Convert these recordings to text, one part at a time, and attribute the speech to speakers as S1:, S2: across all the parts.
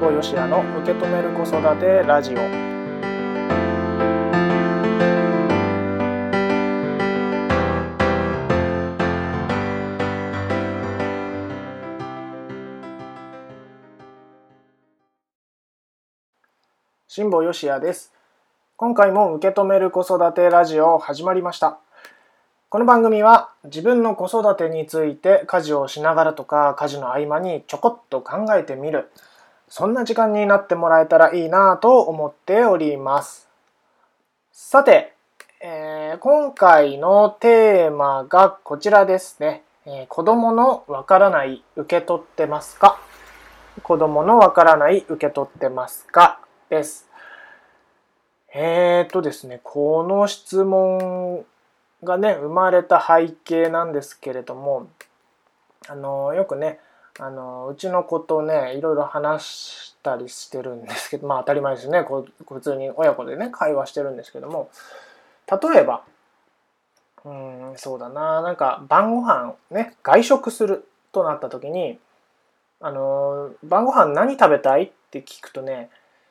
S1: 保よしやの受け止める子育てラジオ。辛坊よしやです。今回も受け止める子育てラジオ始まりました。この番組は自分の子育てについて家事をしながらとか家事の合間にちょこっと考えてみる、そんな時間になってもらえたらいいなと思っております。さて、今回のテーマがこちらですね。子供のわからない受け取ってますか？子供のわからない受け取ってますかです。ですね、この質問がね、生まれた背景なんですけれども、よくね、うちの子とね、いろいろ話したりしてるんですけど、まあ当たり前ですね、普通に親子でね、会話してるんですけども、例えば、そうだな、なんか晩ご飯ね、外食するとなった時に、晩ご飯何食べたいって聞くとね、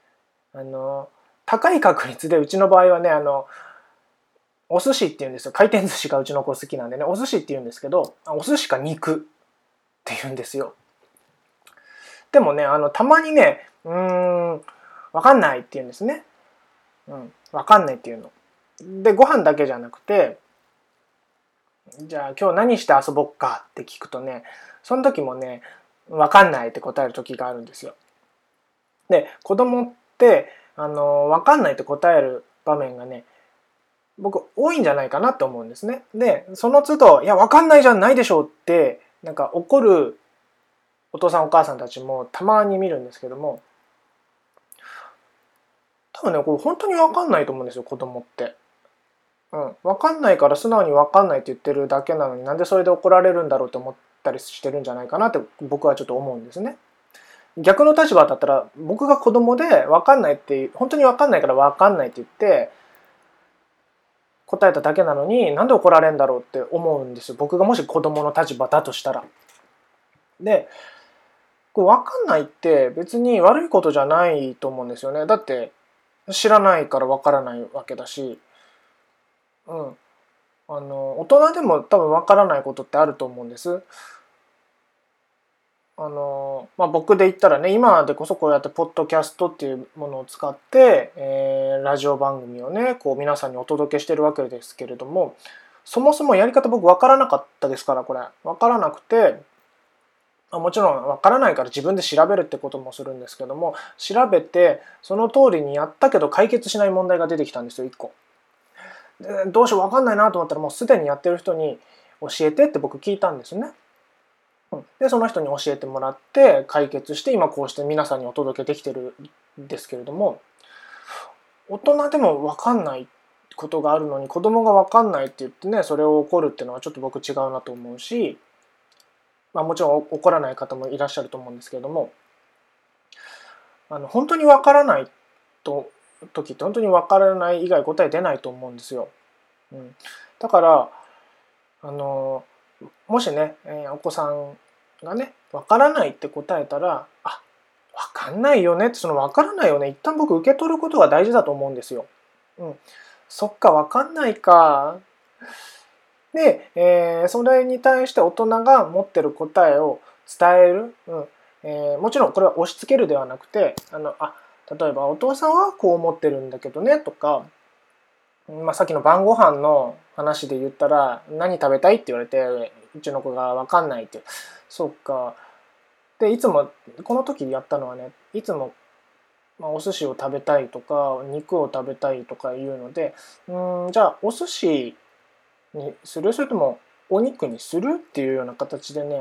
S1: 高い確率でうちの場合はね、お寿司って言うんですよ。回転寿司がうちの子好きなんでね、お寿司って言うんですけど、お寿司か肉って言うんですよ。でもね、たまにね、わかんないって言うんですね。わかんないっていうの。で、ご飯だけじゃなくて、じゃあ今日何して遊ぼっかって聞くとね、その時もね、わかんないって答える時があるんですよ。で、子供って、わかんないって答える場面がね、僕多いんじゃないかなって思うんですね。で、その都度、いや、わかんないじゃないでしょうって、なんか怒るお父さんお母さんたちもたまに見るんですけども、多分ね、これ本当にわかんないと思うんですよ、子供って。わかんないから素直にわかんないって言ってるだけなのになんでそれで怒られるんだろうと思ったりしてるんじゃないかなって僕はちょっと思うんですね。逆の立場だったら僕が子供でわかんないって本当にわかんないからわかんないって言って答えただけなのになんで怒られるんだろうって思うんですよ。僕がもし子供の立場だとしたら。で、これ分かんないって別に悪いことじゃないと思うんですよね。だって知らないから分からないわけだし、大人でも多分分からないことってあると思うんです。僕で言ったらね、今でこそこうやってポッドキャストっていうものを使って、ラジオ番組をね、こう皆さんにお届けしてるわけですけれども、そもそもやり方僕分からなかったですから、これ分からなくて、もちろん分からないから自分で調べるってこともするんですけども、調べてその通りにやったけど解決しない問題が出てきたんですよ、1個。でどうしよう分かんないなと思ったらもうすでにやってる人に教えてって僕聞いたんですね。でその人に教えてもらって解決して今こうして皆さんにお届けできてるんですけれども、大人でも分かんないことがあるのに子供が分かんないって言ってね、それを怒るっていうのはちょっと僕違うなと思うし、もちろん怒らない方もいらっしゃると思うんですけれども、本当に分からない時って本当に分からない以外答え出ないと思うんですよ。だからもしね、お子さんがね分からないって答えたら、分かんないよねって、その分からないよね一旦僕受け取ることが大事だと思うんですよ。そっか分かんないか。で、それに対して大人が持ってる答えを伝える。もちろんこれは押し付けるではなくて、例えばお父さんはこう思ってるんだけどねとか、さっきの晩ご飯の話で言ったら何食べたいって言われてうちの子が分かんないって、そっか。でいつもこの時やったのはね、いつもお寿司を食べたいとか肉を食べたいとかいうので、じゃあお寿司にする、それともお肉にするっていうような形でね、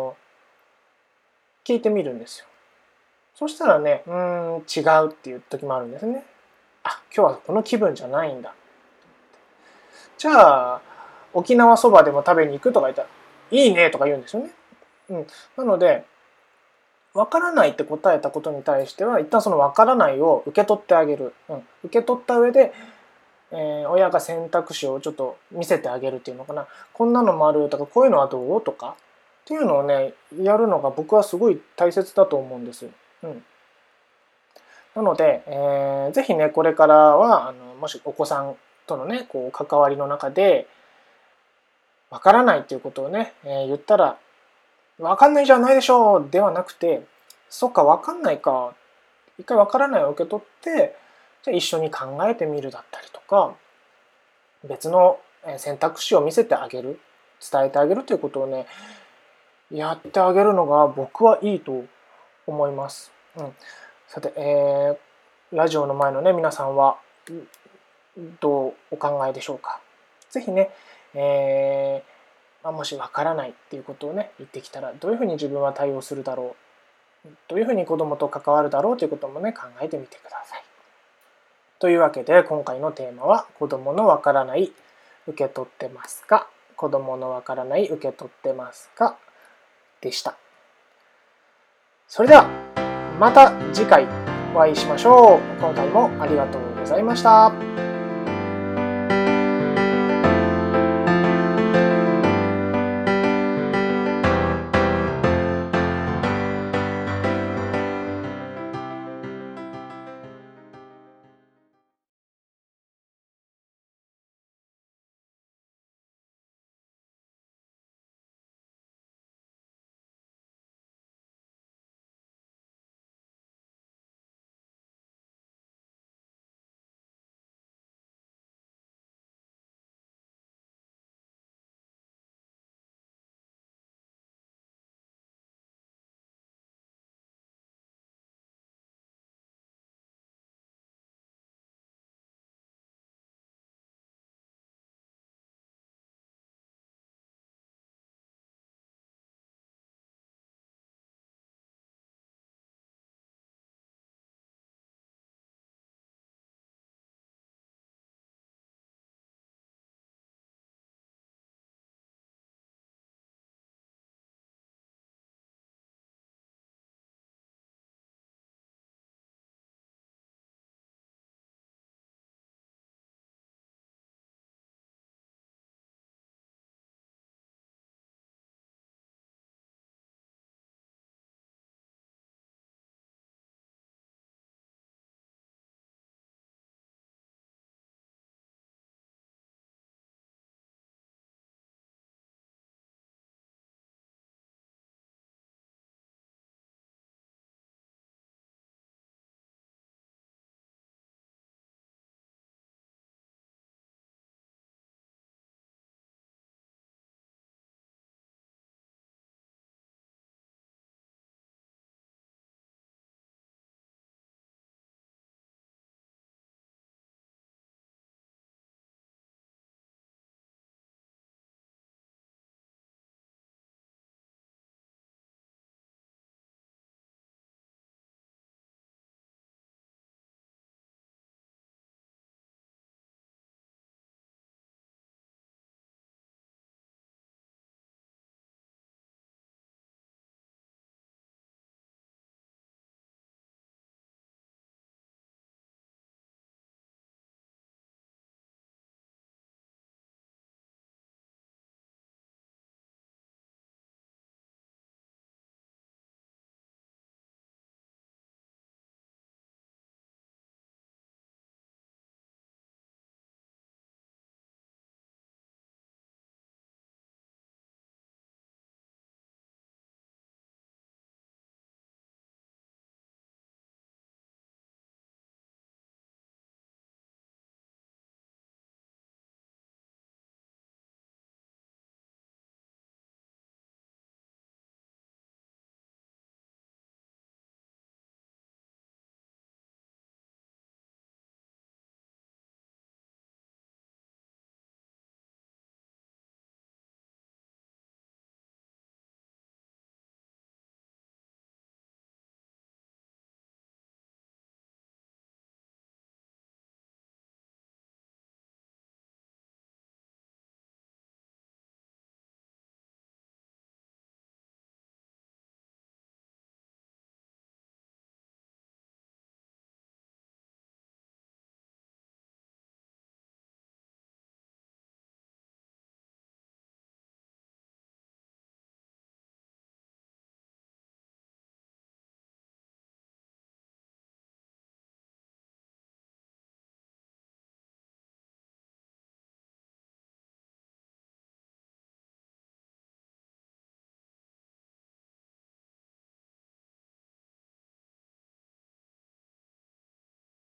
S1: 聞いてみるんですよ。そしたらね、違うっていう時もあるんですね。今日はこの気分じゃないんだ。じゃあ沖縄そばでも食べに行くとか言ったらいいねとか言うんですよね。なので分からないって答えたことに対しては一旦その分からないを受け取ってあげる。受け取った上で、親が選択肢をちょっと見せてあげるっていうのかな。こんなのもあるとかこういうのはどうとかっていうのをねやるのが僕はすごい大切だと思うんです。 なので、ぜひねこれからはもしお子さんとのねこう関わりの中でわからないっていうことをね、言ったらわかんないじゃないでしょうではなくて、そっかわかんないか、一回わからないを受け取ってじゃあ一緒に考えてみるだったりとか、別の選択肢を見せてあげる、伝えてあげるということをねやってあげるのが僕はいいと思います。さて、ラジオの前のね皆さんはどうお考えでしょうか。ぜひね、もしわからないっていうことをね言ってきたらどういうふうに自分は対応するだろう、どういうふうに子どもと関わるだろうということもね考えてみてください。というわけで今回のテーマは子どものわからない受け取ってますか、子どものわからない受け取ってますかでした。それではまた次回お会いしましょう。今回もありがとうございました。